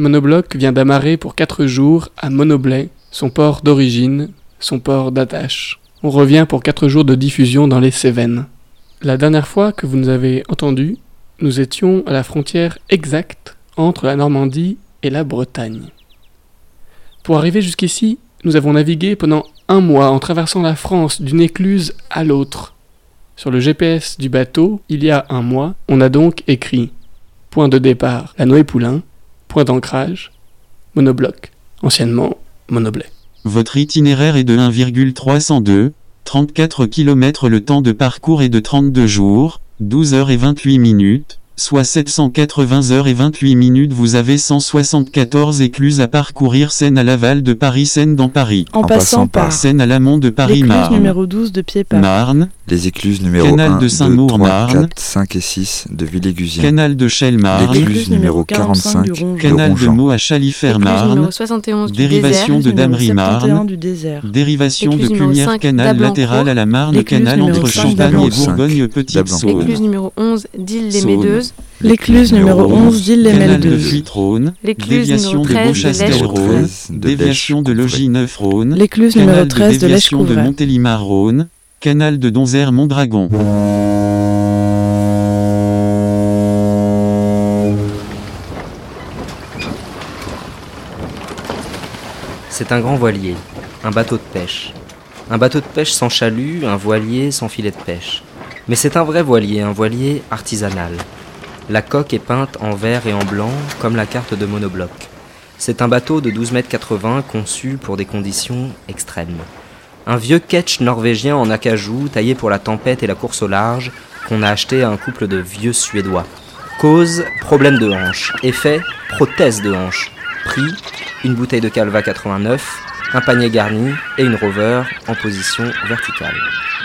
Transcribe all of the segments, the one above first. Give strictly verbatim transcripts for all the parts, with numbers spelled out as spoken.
Monobloc vient d'amarrer pour quatre jours à Monoblet, son port d'origine, son port d'attache. On revient pour quatre jours de diffusion dans les Cévennes. La dernière fois que vous nous avez entendus, nous étions à la frontière exacte entre la Normandie et la Bretagne. Pour arriver jusqu'ici, nous avons navigué pendant un mois en traversant la France d'une écluse à l'autre. Sur le G P S du bateau, il y a un mois, on a donc écrit point de départ, la Noé-Poulain, point d'ancrage, Monobloc, anciennement Monoblet. Votre itinéraire est de un virgule trois cent deux, trente-quatre kilomètres, le temps de parcours est de trente-deux jours, douze heures et vingt-huit minutes, soit sept cent quatre-vingts heures et vingt-huit minutes. Vous avez cent soixante-quatorze écluses à parcourir. Seine à l'aval de Paris, Seine dans Paris. En, en passant par Seine à l'amont de Paris, l'écluse Marne. numéro douze de Pied-Pas. Marne. Les écluses numéro Canal un, de Saint-Maur, deux, trois, Marne. quatre, cinq et six de Villégusiens. Canal de Chelles, Marne. L'écluse numéro quarante-cinq du Rongeant. Canal de Meaux à Chalifer, Marne. numéro soixante et onze du Dérivation désert. de Damery, Marne. du désert. Dérivation Écluse de numéro Cumières, cinq canal d'Ablancourt. latéral à la Marne. L'écluse Canal numéro entre cinq Champagne et d'Ablancourt. Bourgogne, Petite d'Ablancourt. L'écluse Saône. numéro onze d'Île-les-Médeuses. L'écluse numéro onze Canal de d'Île-les-Médeuses. Fuite-Rhône. L'écluse Déviation numéro de treize de Beauchastel-Rhône. Lèche. Déviation de Logis-Neuf-Rhône. L'écluse numéro Canal de treize de déviation de Lèche-Couvray. Montélimar-Rhône. Canal de Donzère-Mondragon. C'est un grand voilier, un bateau de pêche. Un bateau de pêche sans chalut, un voilier sans filet de pêche. Mais c'est un vrai voilier, un voilier artisanal. La coque est peinte en vert et en blanc, comme la carte de Monobloc. C'est un bateau de douze mètres quatre-vingts conçu pour des conditions extrêmes. Un vieux ketch norvégien en acajou, taillé pour la tempête et la course au large, qu'on a acheté à un couple de vieux Suédois. Cause, problème de hanche. Effet, prothèse de hanche. Prix, une bouteille de Calva quatre-vingt-neuf, un panier garni et une rover en position verticale.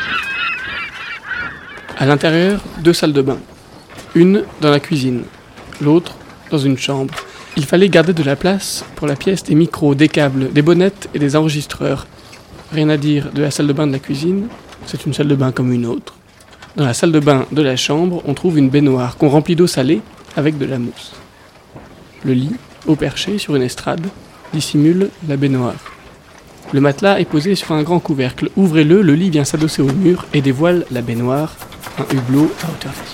À l'intérieur, deux salles de bain. Une dans la cuisine, l'autre dans une chambre. Il fallait garder de la place pour la pièce des micros, des câbles, des bonnettes et des enregistreurs. Rien à dire de la salle de bain de la cuisine, c'est une salle de bain comme une autre. Dans la salle de bain de la chambre, on trouve une baignoire qu'on remplit d'eau salée avec de la mousse. Le lit, au perché sur une estrade, dissimule la baignoire. Le matelas est posé sur un grand couvercle. Ouvrez-le, le lit vient s'adosser au mur et dévoile la baignoire, un hublot à hauteur des yeux.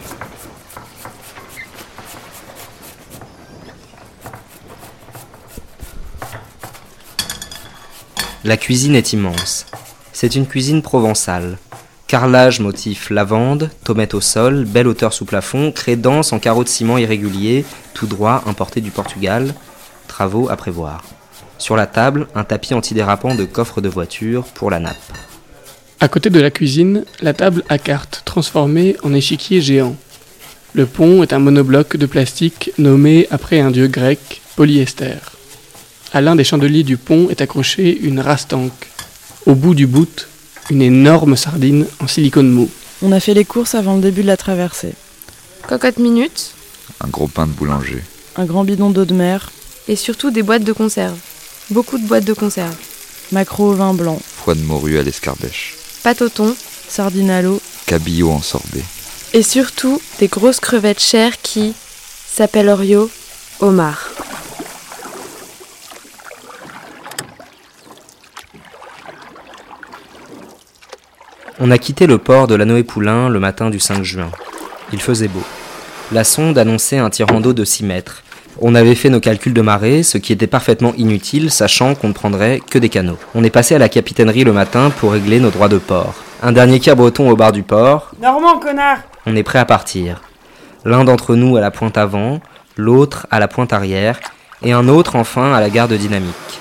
La cuisine est immense. C'est une cuisine provençale. Carrelage motif lavande, tomate au sol, belle hauteur sous plafond, crédence en carreaux de ciment irréguliers, tout droit importé du Portugal. Travaux à prévoir. Sur la table, un tapis antidérapant de coffre de voiture pour la nappe. À côté de la cuisine, la table à cartes transformée en échiquier géant. Le pont est un monobloc de plastique nommé après un dieu grec, Polyester. À l'un des chandeliers du pont est accrochée une rastanque. Au bout du bout, une énorme sardine en silicone mou. On a fait les courses avant le début de la traversée. Cocotte minute. Un gros pain de boulanger. Un grand bidon d'eau de mer. Et surtout des boîtes de conserve. Beaucoup de boîtes de conserve. Maquereau au vin blanc. Foie de morue à l'escarbèche. Pâte au thon. Sardine à l'eau. Cabillaud en sorbet. Et surtout des grosses crevettes chères qui s'appellent Orio, homard. On a quitté le port de la Noé-Poulain le matin du cinq juin. Il faisait beau. La sonde annonçait un tirant d'eau de six mètres. On avait fait nos calculs de marée, ce qui était parfaitement inutile, sachant qu'on ne prendrait que des canots. On est passé à la capitainerie le matin pour régler nos droits de port. Un dernier quart breton au bar du port. Normand, connard! On est prêt à partir. L'un d'entre nous à la pointe avant, l'autre à la pointe arrière, et un autre enfin à la garde dynamique.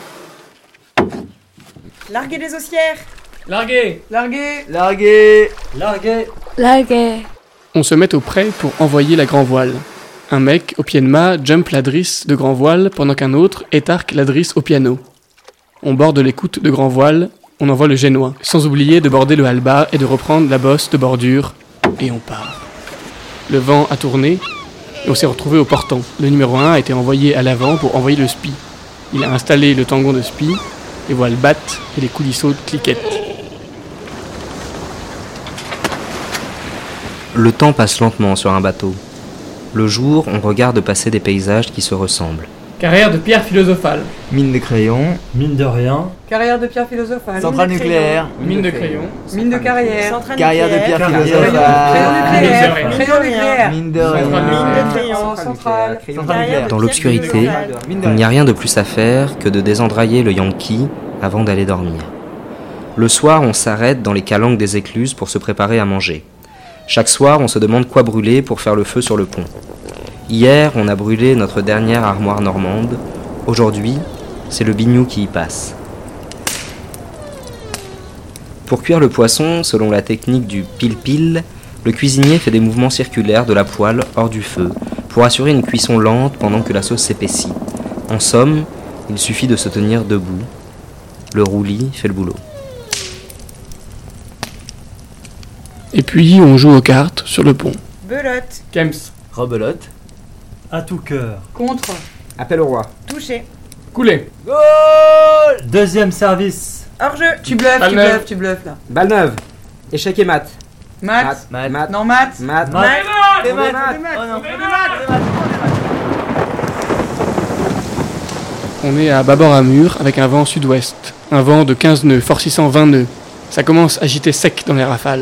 Larguez les haussières! Larguez! Larguez! Larguez! Larguez! Larguez! On se met au prêt pour envoyer la grand voile. Un mec, au pied de mât, jump la drisse de grand voile pendant qu'un autre étarque la drisse au piano. On borde l'écoute de grand voile, on envoie le génois, sans oublier de border le halba et de reprendre la bosse de bordure, et on part. Le vent a tourné, et on s'est retrouvé au portant. Le numéro un a été envoyé à l'avant pour envoyer le spi. Il a installé le tangon de spi, les voiles battent et les coulisseaux cliquettent. Le temps passe lentement sur un bateau. Le jour, on regarde passer des paysages qui se ressemblent. Carrière de pierre philosophale. Mine de crayon. Mine de rien. Carrière de pierre philosophale. Centrale nucléaire. Mine de crayon. Mine de carrière. Centrale Carrière de pierre Carrière. philosophale. Crayon nucléaire. Mine de rien. Mine de crayon. Centrale. Centrale nucléaire. Dans l'obscurité, il n'y a rien de plus à faire que de désendrailler le Yankee avant d'aller dormir. Le soir, on s'arrête dans les calanques des écluses pour se préparer à manger. Chaque soir, on se demande quoi brûler pour faire le feu sur le pont. Hier, on a brûlé notre dernière armoire normande. Aujourd'hui, c'est le bignou qui y passe. Pour cuire le poisson, selon la technique du pile-pile, le cuisinier fait des mouvements circulaires de la poêle hors du feu pour assurer une cuisson lente pendant que la sauce s'épaissit. En somme, il suffit de se tenir debout. Le roulis fait le boulot. Et puis on joue aux cartes sur le pont. Belote. Kems. Rebelote. À tout cœur. Contre. Appel au roi. Touché. Coulé. Goal. Deuxième service. Hors-jeu. Tu bluffes, Balle tu neuve. bluffes, tu bluffes là. Balle neuve. Échec et mat. Mat. Mat. Mat. Non, mat. Mat. Mat. Des Des maths. maths. Des Oh non. maths. On est à bâbord à mur avec un vent sud-ouest. Un vent de quinze nœuds, forcissant vingt nœuds. Ça commence à agiter sec dans les rafales.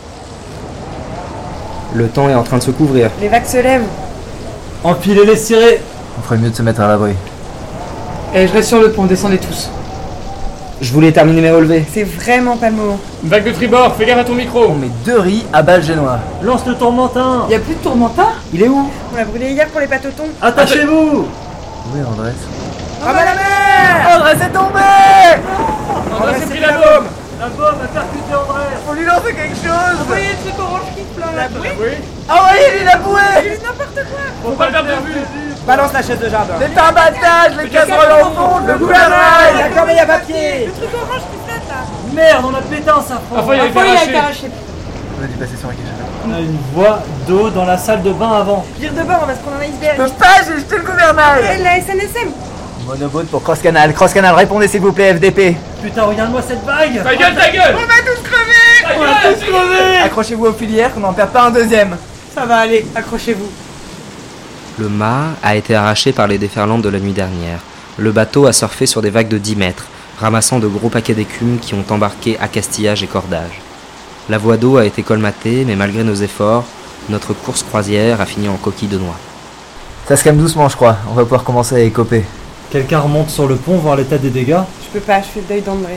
Le temps est en train de se couvrir. Les vagues se lèvent. Empilez les cirés. On ferait mieux de se mettre à l'abri. Et je reste sur le pont, descendez tous. Je voulais terminer mes relevés. C'est vraiment pas le moment. Vague de tribord, fais gaffe à ton micro. On met deux riz à balles génois. Lance le tourmentin. Y a plus de tourmentin. Il est où? On l'a brûlé hier pour les patotons. Attachez-vous. Oui, Andrés. Ah bah la mer. Andrés est tombé. On a pris la bombe. La bombe a percuté André. Faut lui lancer quelque chose. Envoyez le truc orange qui flotte. La bouée. Envoyez-lui la bouée. N'importe quoi. Faut pas le perdre de vue. Balance la chaise de jardin. C'est un battage, les casseroles en fond, le gouvernail. La corbeille à papier. Le truc orange qui flotte là. Merde, on a pété un safran. Enfin, il a La été folie a arraché. été arrachée. On a dû passer sur un guichet. On a une voie d'eau dans la salle de bain avant. Pire de bord, on va se prendre un iceberg. Je peux pas, j'ai jeté le gouvernail. La S N S M. Monoboat pour Cross Canal. Cross Canal, répondez s'il vous plaît, F D P. Putain, regarde-moi cette vague. Ta gueule, ta gueule. On va tous crever. On a tous crevé. Accrochez-vous aux filières, qu'on n'en perd pas un deuxième. Ça va aller, accrochez-vous. Le mât a été arraché par les déferlantes de la nuit dernière. Le bateau a surfé sur des vagues de dix mètres, ramassant de gros paquets d'écume qui ont embarqué accastillage et cordage. La voie d'eau a été colmatée, mais malgré nos efforts, notre course croisière a fini en coquille de noix. Ça se calme doucement, je crois. On va pouvoir commencer à écoper. Quelqu'un remonte sur le pont voir l'état des dégâts. Je peux pas, je fais le deuil d'Andrés.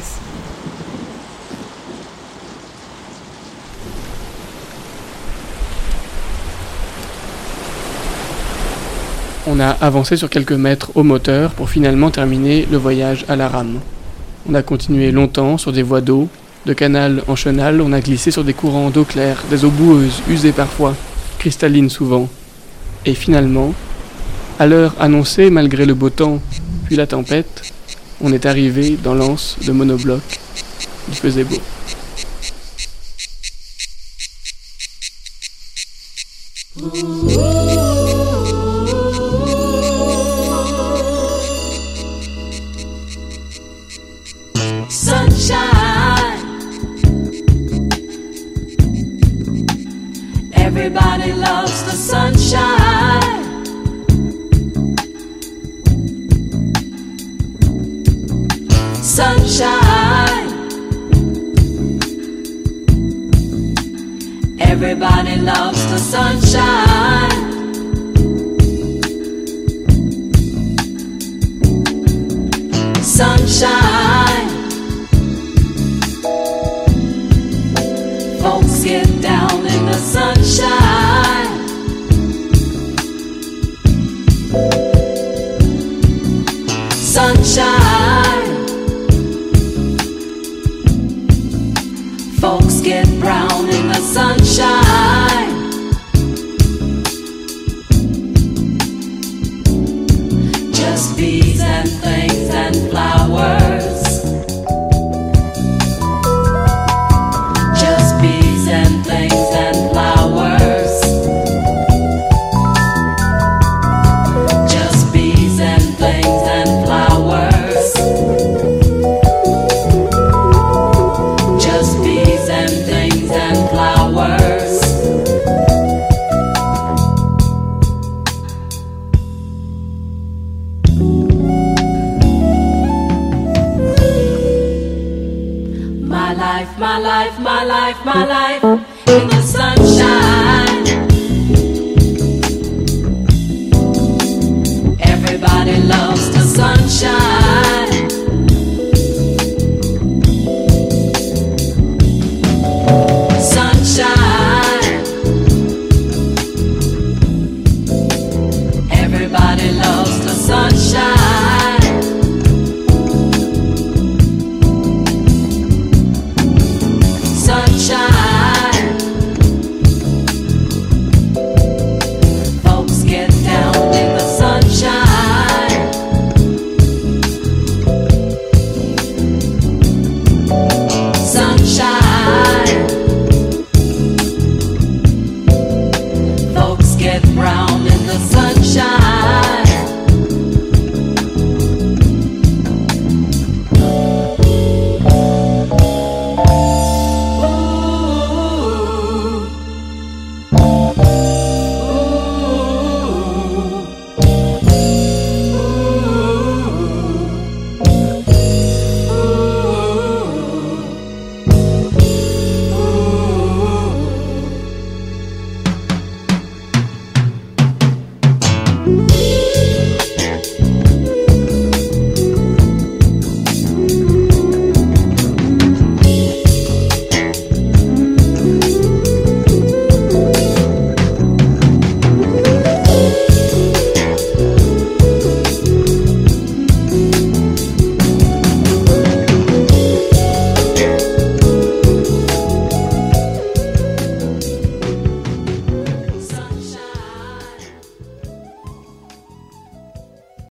On a avancé sur quelques mètres au moteur pour finalement terminer le voyage à la rame. On a continué longtemps sur des voies d'eau. De canal en chenal, on a glissé sur des courants d'eau claire, des eaux boueuses, usées parfois, cristallines souvent. Et finalement, à l'heure annoncée malgré le beau temps, puis la tempête, on est arrivé dans l'anse de monobloc. Il faisait beau. Sunshine. Everybody loves the sunshine. Sunshine. Everybody loves the sunshine. Sunshine. Folks get down in the sunshine. Sunshine. Folks get brown in the sunshine. Just bees and things and flowers. Just bees and things and flowers. Just bees and things and flowers. Just bees and things and flowers. life, my life, my life, my life in the sunshine. Everybody loves the sunshine. Sunshine. Everybody loves the sunshine.